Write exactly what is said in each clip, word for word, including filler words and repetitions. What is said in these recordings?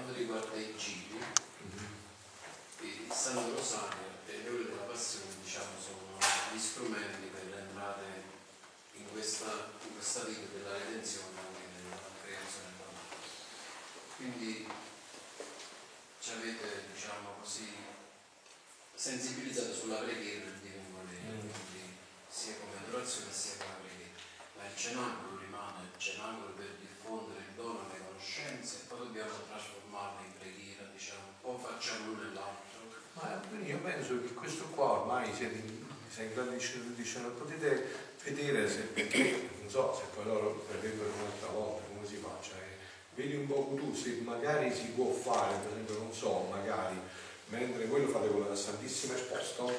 quanto riguarda i giri, mm-hmm. il Santo Rosario e le ore della Passione, diciamo, sono gli strumenti per entrare in questa, in questa vita della redenzione anche nella creazione della mondo. Quindi ci avete, diciamo così, sensibilizzato sulla preghiera del Divino Volere, mm. quindi sia come adorazione sia come preghiera. Ma il cenacolo rimane il cenacolo per diffondere il dono, le conoscenze, e poi dobbiamo trasformarle in preghiera, diciamo, o facciamo l'uno e l'altro. Ma io penso che questo qua ormai siete in grado di dire, lo potete vedere se, perché non so se poi loro prevedono un'altra volta come si fa, cioè, vedi un po' tu se magari si può fare, per esempio non so, magari mentre voi lo fate con la Santissima Esposto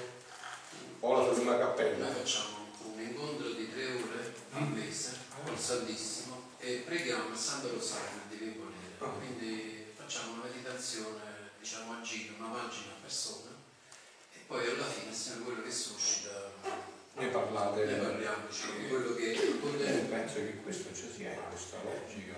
o la fate una cappella. Noi facciamo un incontro di tre ore al mese mm. col Santissimo e preghiamo il Santo Rosario nel Divino Volere, ah. quindi facciamo una meditazione, diciamo a giro, una pagina a persona. Poi alla fine, signore, quello che suscita, ne parlate, ne parliamo, diciamo, di quello che io penso che questo ci sia in questa logica.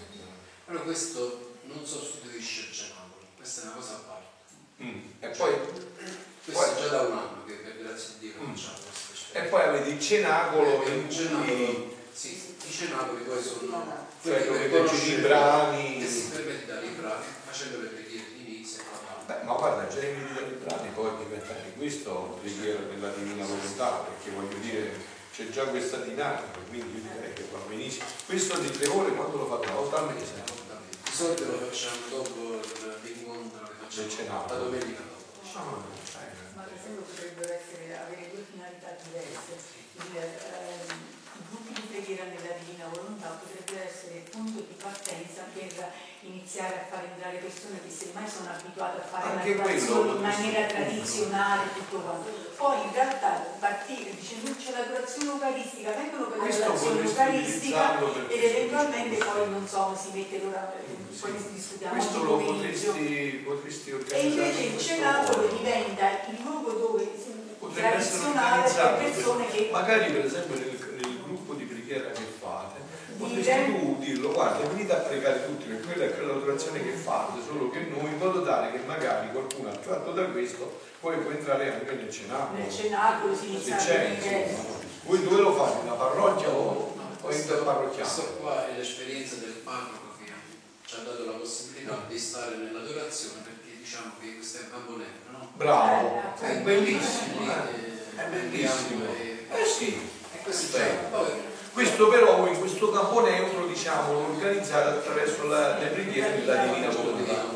Però questo non sostituisce il cenacolo, questa è una cosa a parte. Mm. E cioè, poi, questo poi, è già da un anno che per grazia di Dio mm. facciamo questa esperienza. E poi avete il cenacolo eh, in il cenacolo, sì, i cenacoli poi sono cioè come leggi i brani che si permette dare i brani facendo le preghiere di inizio. Beh, ma guarda, già i meditati brani poi diventa anche questo preghiera della divina volontà, perché voglio dire c'è già questa dinamica, quindi io direi che va benissimo. Questo di tre ore quando lo fate? Una volta al mese? Di solito lo facciamo dopo l'incontro che facciamo la domenica dopo. Diciamo. Ma per esempio potrebbero essere, avere due finalità diverse. Il, ehm, I gruppi di preghiera nella divina volontà potrebbero essere il punto di partenza per iniziare a far entrare persone che semmai sono abituate a fare anche l'adorazione in maniera tradizionale, tutto quanto. Poi in realtà partire dicendo c'è l'adorazione eucaristica, vengono per l'adorazione eucaristica ed eventualmente poi non so, si mette l'ora, sì. poi discutiamo questo lo potresti, potresti organizzare. E invece il cenacolo diventa il luogo dove tradizionale per persone che magari per esempio nel, nel gruppo di preghiera che fate potresti tu dirlo, guarda, venite a pregare tutti perché quella è quell'adorazione che fate, solo che noi, in modo tale che magari qualcuno attratto da questo poi può entrare anche nel cenacolo. Nel cenacolo si inizia a dire. Voi dove lo fate? In una parrocchia o, no, o interparrocchiale? Questo qua è l'esperienza del parroco che ci ha dato la possibilità no. di stare nell'adorazione, perché diciamo che questo è un campo nero, no? Bravo, eh, è bellissimo, eh. è bellissimo. E, eh sì, e questo, poi, questo però in questo campo neutro diciamo lo organizzate attraverso la, le preghiere della Divina Volontà.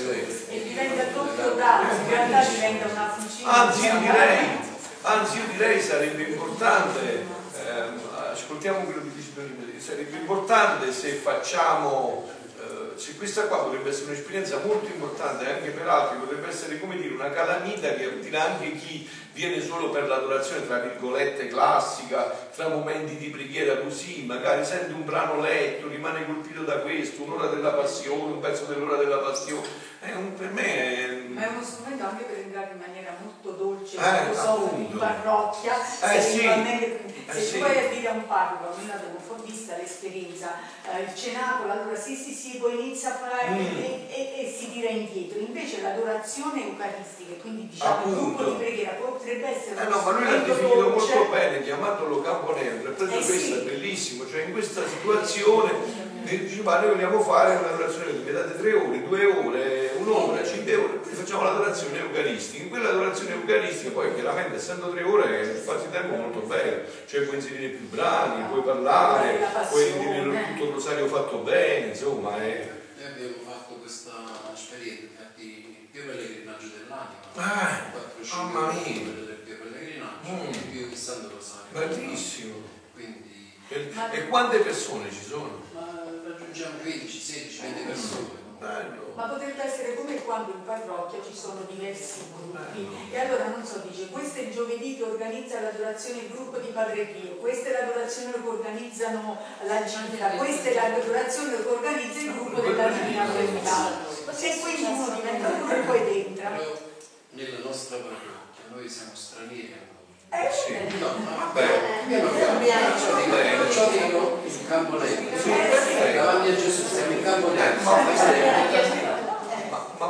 E diventa doppio brano, in realtà diventa una funzione. Anzi io direi, anzi io direi sarebbe importante, ehm, ascoltiamo quello che dice Donino, sarebbe importante se facciamo, eh, se questa qua potrebbe essere un'esperienza molto importante anche per altri, potrebbe essere come dire una calamita che attira anche chi viene solo per l'adorazione tra virgolette classica, tra momenti di preghiera così, magari sente un brano letto, rimane colpito da questo, un'ora della passione, un pezzo dell'ora della passione. È un, per me è... Ma è uno strumento anche per entrare in maniera molto dolce, eh, molto soft in parrocchia. Eh, se sì. se eh, tu sì. vai a dire a un parroco, almeno avevo vista l'esperienza, eh, il cenacolo, allora sì sì sì, poi inizia a fare mm. e, e, e si tira indietro. Invece l'adorazione eucaristica, quindi diciamo il gruppo di preghiera potrebbe essere eh no, ma lui l'ha definito molto bene, chiamatelo campo neutro, e proprio eh, questo sì. è bellissimo, cioè in questa situazione dice, ma noi vogliamo fare un'adorazione che mi date tre ore, due ore, un'ora, cinque ore, facciamo l'adorazione eucaristica. In quell'adorazione eucaristica poi chiaramente essendo tre ore è un spazio di tempo molto bello, cioè puoi inserire più brani, puoi parlare, puoi dire tutto il rosario fatto bene, insomma è... Noi abbiamo fatto questa esperienza, infatti Pio Pellegrinaggio dell'anima, ah, quattro mamma mia, del Pio Pellegrinaggio, mm. più il Santo Rosario. Bellissimo. Quindi, e, e quante persone ci sono? Ma raggiungiamo quindici, sedici, venti persone. Bello. Ma potrebbe essere come quando in parrocchia ci sono diversi gruppi. Bello. E allora non so, dice, questo è il giovedì che organizza l'adorazione il gruppo di Padre Pio, questa è l'adorazione che organizzano la Gita, questa è l'adorazione che organizza il gruppo della Divina Volontà. E quindi uno diventa uno e poi entra. Però nella nostra parrocchia noi siamo stranieri. Eh sì. No, vabbè, piano piano, perciò dico in campo nero. Davanti a Gesù siamo in campo nero.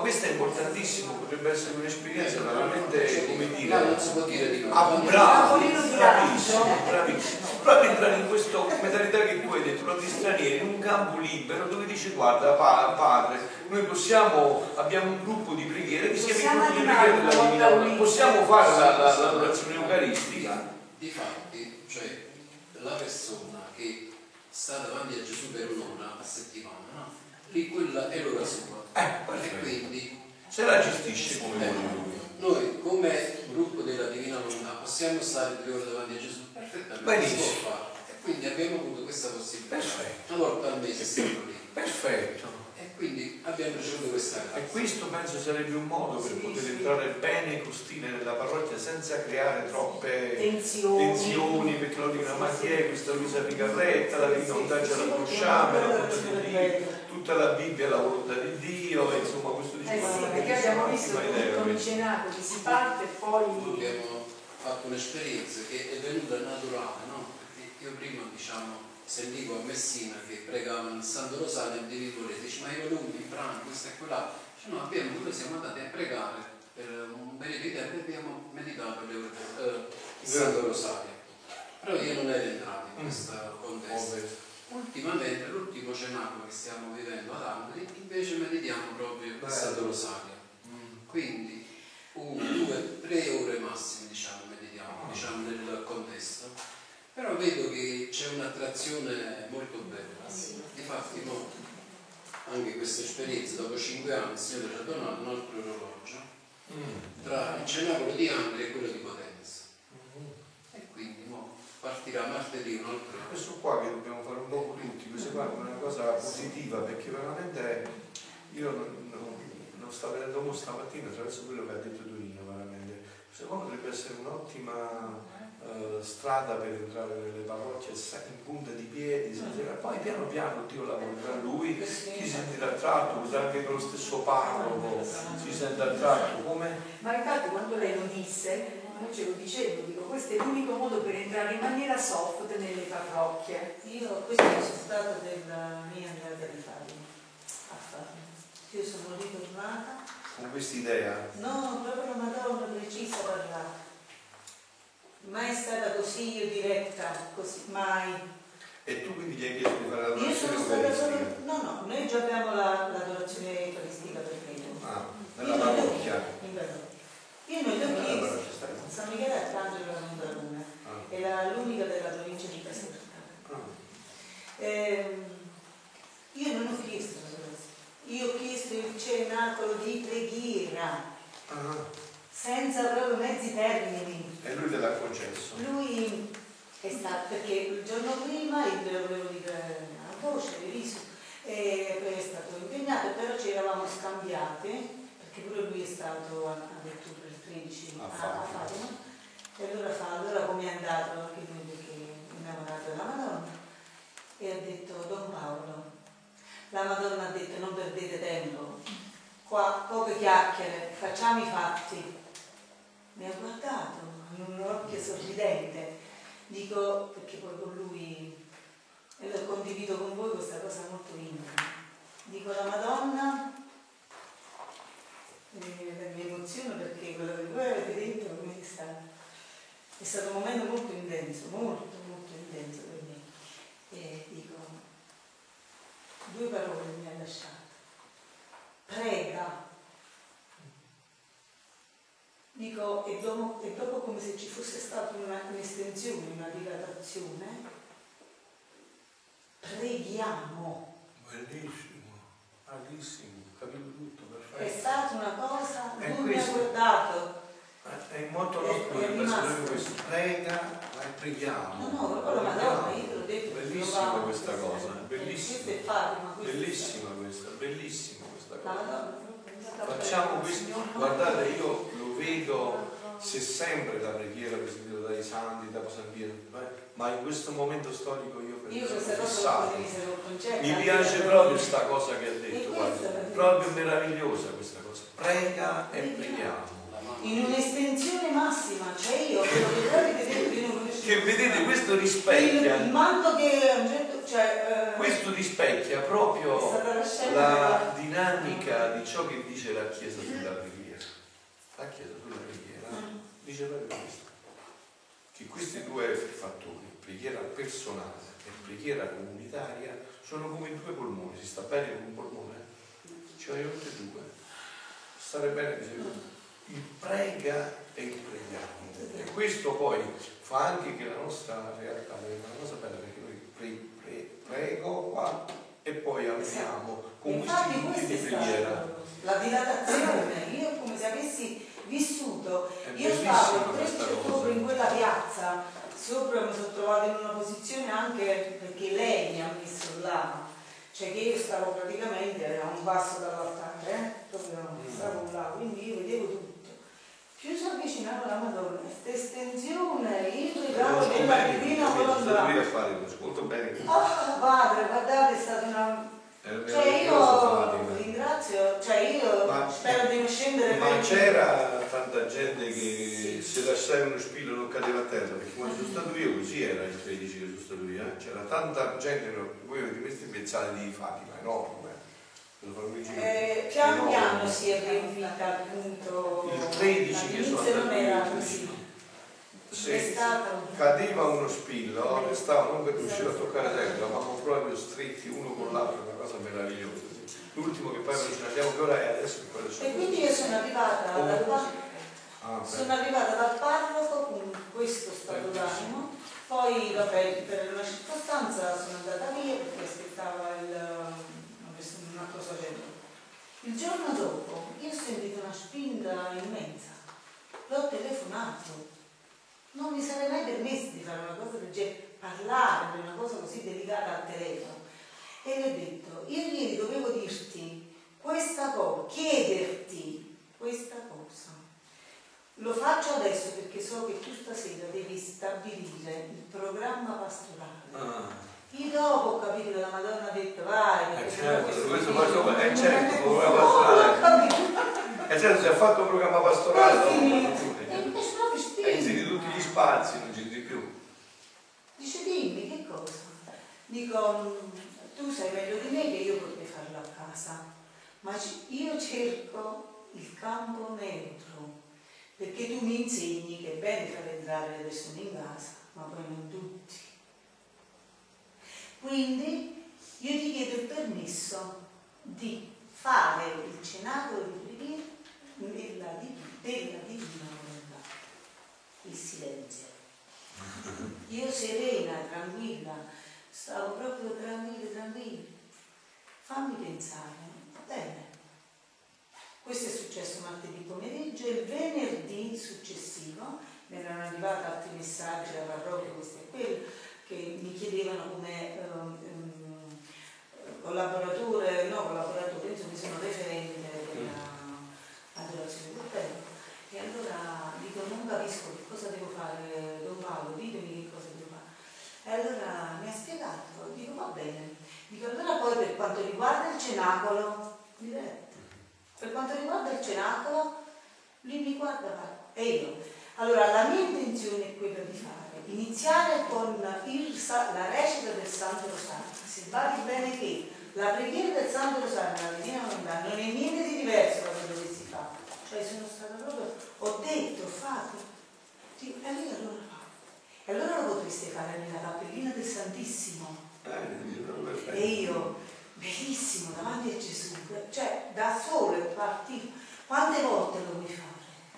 questo è importantissimo, potrebbe essere un'esperienza veramente, come dire, no, non si può dire di no. ah, bravo, bravissimo, bravissimo. Proprio entrare in questa mentalità che tu hai detto, no, di stranieri, in un campo libero dove dice guarda pa, padre, noi possiamo, abbiamo un gruppo di preghiere che si chiama il gruppo di preghiera della Divina Volontà, possiamo fare la, la, l'adorazione eucaristica. Difatti, cioè la persona che sta davanti a Gesù per un'ora a settimana, no? Lì quella è l'ora sua. Eh, e quindi se la gestisce come eh, vuole lui. Noi come gruppo della Divina Volontà possiamo stare tre ore davanti a Gesù perfettamente, si può fare. E quindi abbiamo avuto questa possibilità. Perfetto. Una volta al mese stiamo lì. Perfetto. E quindi abbiamo ricevuto questa grazia. E questo penso sarebbe un modo per poter entrare bene e costine nella parrocchia senza creare troppe tensioni, tensioni perché lo dicono ma chi è questa Luisa Picarretta, la Divina Volontà ce la conosciamo, la volontà di Dio, tutta la Bibbia è la volontà di Dio, e insomma questo dice eh sì, perché abbiamo visto tutto micinato che si parte e poi abbiamo fatto un'esperienza che è venuta naturale, no? Perché io prima diciamo sentivo a Messina che pregavano il Santo Rosario e di volete, dice ma io lunghi, in brano, questo e quella, dice no, abbiamo, noi siamo andati a pregare per un periodo di tempo e abbiamo meditato le, eh, il Santo Rosario, però io non ero entrato in questo contesto. Ultimamente, l'ultimo cenacolo che stiamo vivendo ad Angoli, invece meditiamo proprio il Santo Rosario, quindi una, due, tre ore massime diciamo meditiamo, diciamo nel contesto. Però vedo che c'è un'attrazione molto bella. Difatti no, anche questa esperienza, dopo cinque anni il Signore ci ha donato un altro orologio tra il cenacolo di Angoli e quello di Potenza. E quindi no, partirà martedì un altro. Questo qua che dobbiamo fare un po' tutti, questo qua è una cosa positiva perché veramente io non, non, non sto vedendo mo stamattina attraverso quello che ha detto Torino, veramente. Secondo me potrebbe essere un'ottima Uh, strada per entrare nelle parrocchie in punta di piedi, senza... poi piano piano Dio lavorerà lui, chi si sentirà attratto, anche con lo stesso parroco si sente attratto come... Ma infatti quando lei lo disse, io ce lo dicevo, dico questo è l'unico modo per entrare in maniera soft nelle parrocchie. Io questo è il risultato della mia andata in Italia a farlo. Io sono ritornata con questa idea. No, proprio la Madonna precisa parlata. Mai stata così io diretta, così, mai. E tu quindi gli hai chiesto di fare la Io sono donazione stata eucaristica? solo, no, no, noi già abbiamo la, l'adorazione eucaristica per me. Ah, nella parrocchia? In parrocchia. Io non gli ho chiesto, San Michele Arcangelo la Monta Luna, ah. Era l'unica della provincia di Caserta. Ah. Eh, io non ho chiesto l'adorazione, io ho chiesto il cenacolo di preghiera. Ah. Senza proprio mezzi termini. E lui te l'ha concesso? Lui è stato, perché il giorno prima io te lo volevo dire a voce, riso, e poi è stato impegnato, però ci eravamo scambiate, perché pure lui è stato a, a ottobre il tredici a, a Fatima, e allora fa, allora com'è andato anche lui perché è innamorato della Madonna, e ha detto Don Paolo, la Madonna ha detto non perdete tempo, qua poche chiacchiere, facciamo i fatti. Mi ha guardato con un occhio sorridente, dico perché poi con lui, e lo condivido con voi questa cosa molto intima, dico la Madonna, eh, mi emoziono perché quello che voi avete detto per me è stato, è stato un momento molto intenso, molto molto intenso per me, e dico, due parole mi ha lasciato, prega. Dico, e dopo, e dopo come se ci fosse stata una, un'estensione, una dilatazione, preghiamo. Bellissimo, bellissimo, capito tutto, perfetto. È stata una cosa, è lui mi ha guardato. È molto nostro per essere questo, prega e preghiamo. No, no, proprio la Madonna, io te l'ho detto. Bellissima questa cosa, bellissima. Questa è Fatima, bellissima questa, bellissima questa cosa. La Madonna. Facciamo questo, guardate, io lo vedo, se sempre la preghiera presentata dai santi, da San Pietro, ma in questo momento storico io per io questa cosa concetta, mi piace proprio questa cosa che ha detto, guarda, proprio meravigliosa questa cosa, prega e preghiamo. In un'estensione massima, cioè io quello che voi avete detto io non conoscevo. Che vedete questo rispecchia. Il manto che a un certo cioè, eh, questo rispecchia proprio è stata la scelta la della- dinamica di ciò che dice la Chiesa sulla preghiera. La Chiesa sulla preghiera Mm. dice proprio questo, che questi due fattori, preghiera personale e preghiera comunitaria, sono come due polmoni. Si sta bene con un polmone, ci vogliono tutti e due. Stare bene, dice, il prega e il preghiamo. E questo poi fa anche che la nostra realtà è una cosa bella, perché noi pre, pre, prego qua e poi amiamo con Infatti questi questa di è preghiera. stata la dilatazione. Io come se avessi vissuto, È io bellissima stavo il questa tredici cosa. ottobre in quella piazza, sopra mi sono trovata in una posizione anche perché lei mi ha messo là, cioè che io stavo praticamente a un passo dall'altare, eh? Proprio stavo là, quindi io vedevo tutto. Più si avvicinava la Madonna, questa estensione, il regalo Conosco della bene, divina capito? Sono stato volontà. lì a fare, conosco molto bene. Ah, padre, guardate, è stata una... È un Cioè meraviglioso io Fatima. ringrazio, cioè io Ma- spero di non scendere Ma per- c'era tanta gente che Sì. se lasciavi uno spillo non cadeva a terra, perché quando sono stato io così era il tredici che sono stato io, eh? C'era tanta gente, voi avete visto il piazzale di Fatima, enorme. Eh, piano piano si è riempita appunto Il tredici che sono all'inizio non andato era io, così. È se stato cadeva uno spillo, restava non per riuscire a toccare terra, ma proprio stretti uno con l'altro, una cosa meravigliosa. L'ultimo che poi non ce l'abbiamo che ora è adesso che poi lo e quindi io sono arrivata Oh. dal pa- Ah, sono arrivata dal parroco con questo stato d'animo, poi vabbè per una circostanza sono andata via perché aspettava il un altro sacerdote. Il giorno dopo io ho sentito una spinta immensa, l'ho telefonato, non mi sarei mai permesso di fare una cosa del genere, parlare di una cosa così delicata al telefono, e le ho detto, io ieri dovevo dirti questa cosa, chiederti questa cosa, lo faccio adesso perché so che tu stasera devi stabilire il programma pastorale. Ah. Io dopo ho capito che la Madonna ha detto vai, Eh perché certo, questo questo figlio- faccio, eh certo, il Oh, programma ho pastorale. capito. E certo, si è fatto un programma pastorale, Poi no? finito. E invece proprio E spinto. inserito tutti gli spazi, non c'è di più. Dice dimmi che cosa? Dico, tu sai meglio di me che io potrei farlo a casa, ma ci- io cerco il campo neutro, perché tu mi insegni che è bene far entrare le persone in casa, ma poi non tutti. Quindi io ti chiedo il permesso di fare il cenacolo di preghiera nella, di- della divina volontà, il silenzio. Io serena, tranquilla, stavo proprio tranquilla, tranquilla. Fammi pensare, va bene. Questo è successo martedì pomeriggio e il venerdì successivo mi erano arrivati altri messaggi da parrocchia, questo e quello, che mi chiedevano come um, um, collaboratore, no collaboratore, insomma sono referente dell'adorazione del tempo. E allora dico, non capisco che cosa devo fare, Don Paolo, ditemi che cosa devo fare. E allora mi ha spiegato, dico va bene, dico allora poi per quanto riguarda il cenacolo, diretto, per quanto riguarda il cenacolo, lì mi guarda e io. Allora la mia intenzione è quella di fare, iniziare con il, la recita del Santo Rosario. Se badi bene che la preghiera del Santo Rosario nella Divina Volontà non è niente di diverso da quello che si fa. Cioè sono stata proprio, ho detto, ho fatto, e allora allora fa. E allora lo potreste fare nella cappellina del Santissimo. Eh, E io, bellissimo, davanti a Gesù, cioè da solo è partito. Quante volte lo vuoi fare?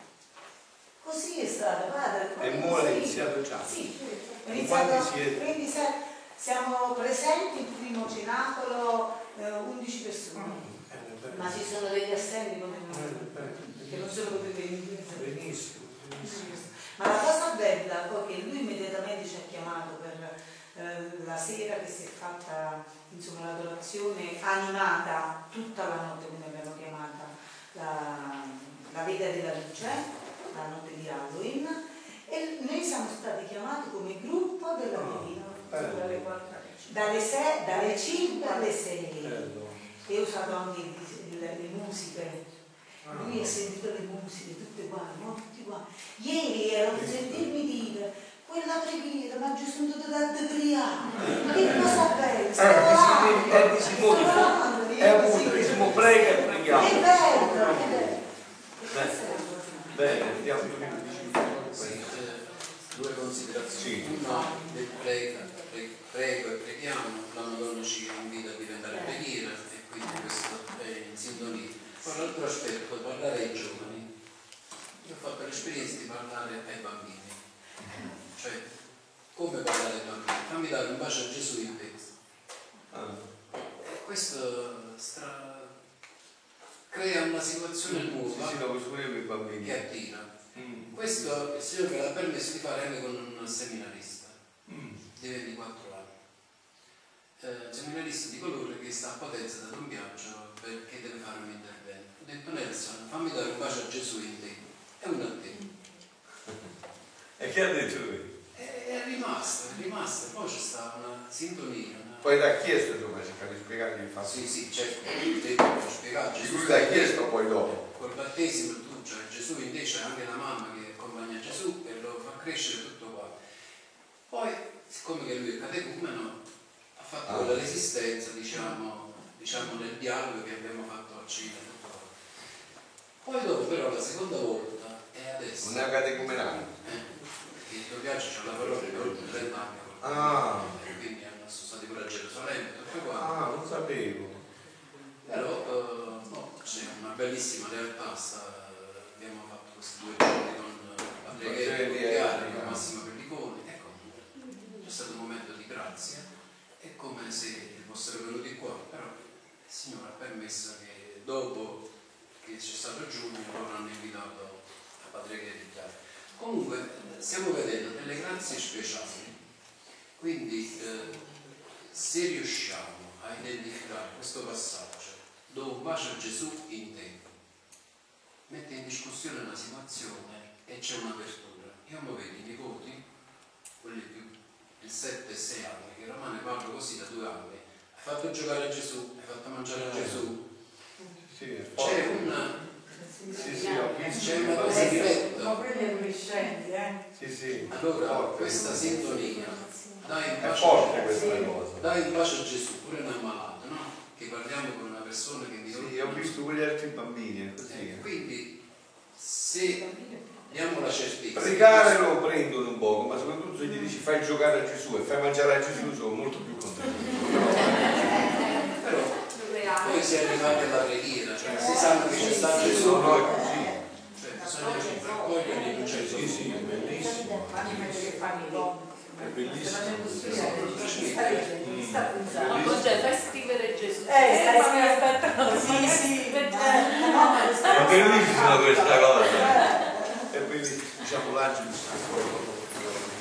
Così è stato, padre. E ora è iniziato già. Sì, è In iniziato quanti siete? ventisei. Siamo presenti il primo cenacolo, eh, undici persone. Mm, Ma ci sono degli assenti come noi, bene, che non sono potete venire. benissimo, benissimo. Ma la cosa bella poi che lui immediatamente ci ha chiamato per eh, la sera che si è fatta insomma l'adorazione animata tutta la notte, come abbiamo chiamata la, la vita della luce, la notte di Halloween, e noi siamo stati chiamati come gruppo della Divina dalle, dalle, sei, dalle cinque alle sei. Bello. E ho usato anche le, le, le musiche. Lui ha sentito le musiche tutte quante, no? Tutti quanti. Ieri ero a sentirmi dire quella preghiera, ma ci sono tutte tante triate, ma che cosa pensi? È di Simone, è un mutismo, prega e preghiamo. Che bello, che bello. Bene, vediamo due minuti. Sì, eh, due considerazioni. Sì. Una del prega, pre- prego e preghiamo, la Madonna ci invita a diventare preghiera e quindi questo è in sintonia. Poi l'altro aspetto, parlare ai giovani. Io ho fatto l'esperienza di parlare ai bambini. Cioè, come parlare ai bambini? Fammi dare un bacio a Gesù in te. Ah. E questo stra... crea una situazione nuova Sì, sì, lo posso pure per i bambini. che attira. Mm. Questo il Signore me l'ha permesso di fare anche con un seminarista Mm. di ventiquattro anni. Eh, un seminarista di colore che sta a Potenza da Don Biagio perché deve fare un intervento. Ho detto Nelson, fammi dare un bacio a Gesù in te e uno a te. E che ha detto lui? E è rimasto, è rimasto. Poi c'è stata una sintonia. Una... Poi l'ha chiesto, insomma, cercare di spiegargli il fatto. Sì, sì, certo, ho detto, ho spiegato. Gesù Lui l'ha chiesto poi dopo. Col battesimo tu, cioè Gesù in te c'è anche la mamma che accompagna Gesù e lo fa crescere tutto qua. Poi, siccome che lui è catecumeno, ha fatto Ah. quella resistenza, diciamo, diciamo nel dialogo che abbiamo fatto a Cina. Tutto qua. Poi dopo però la seconda volta è adesso. Non è catecumenale. Eh, il tuo viaggio c'è la parola che oltre trenta anni. Ah. E quindi hanno, sono stati pure a Gerusalemme, tutto qua. Ah, non sapevo. Però eh, no, c'è una bellissima realtà, sta, abbiamo fatto questi due giorni con Padre Chiari, con Massimo Pelliconi, ecco, c'è stato un momento di grazia, è come se fossero venuti qua, però il Signore ha permesso che dopo che c'è stato giugno loro hanno invitato a Padre Chiari. Comunque stiamo vedendo delle grazie speciali, quindi eh, se riusciamo a identificare questo passaggio, do un bacio a Gesù in te, mette in discussione una situazione e c'è un'apertura. Io mi vedo i nipoti, quelli più di sette sei anni, che oramai ne parlo così da due anni, hai fatto giocare a Gesù, hai fatto mangiare a Gesù, Sì, è c'è una, Sì, sì, ho visto. c'è una cosa diretta. Ma quelli adolescenti, eh? Sì, sì. Allora Forte. questa sintonia, dai un È bacio, forte questa cosa. dai un bacio a Gesù, pure un ammalato, no? Che parliamo con una persona che mi Sì, ho visto quegli altri bambini, è così. Eh, quindi se diamo la certezza Pregare lo prendono un poco, ma soprattutto se gli dici fai giocare a Gesù e fai mangiare a Gesù sono molto più contenti. però poi si è arrivati alla preghiera, cioè si sanno che c'è stato Gesù, No, no, è così. cioè bisogna raccogliere in un certo Sì, sì, è bellissimo. Fammi vedere che fammi È bellissimo. sta pensando. Ma con te fai scrivere Gesù. Eh, stai ma mi aspettano. Sì, sì. Per- È bellissima questa cosa. È bellissimo. Diciamo l'angelo.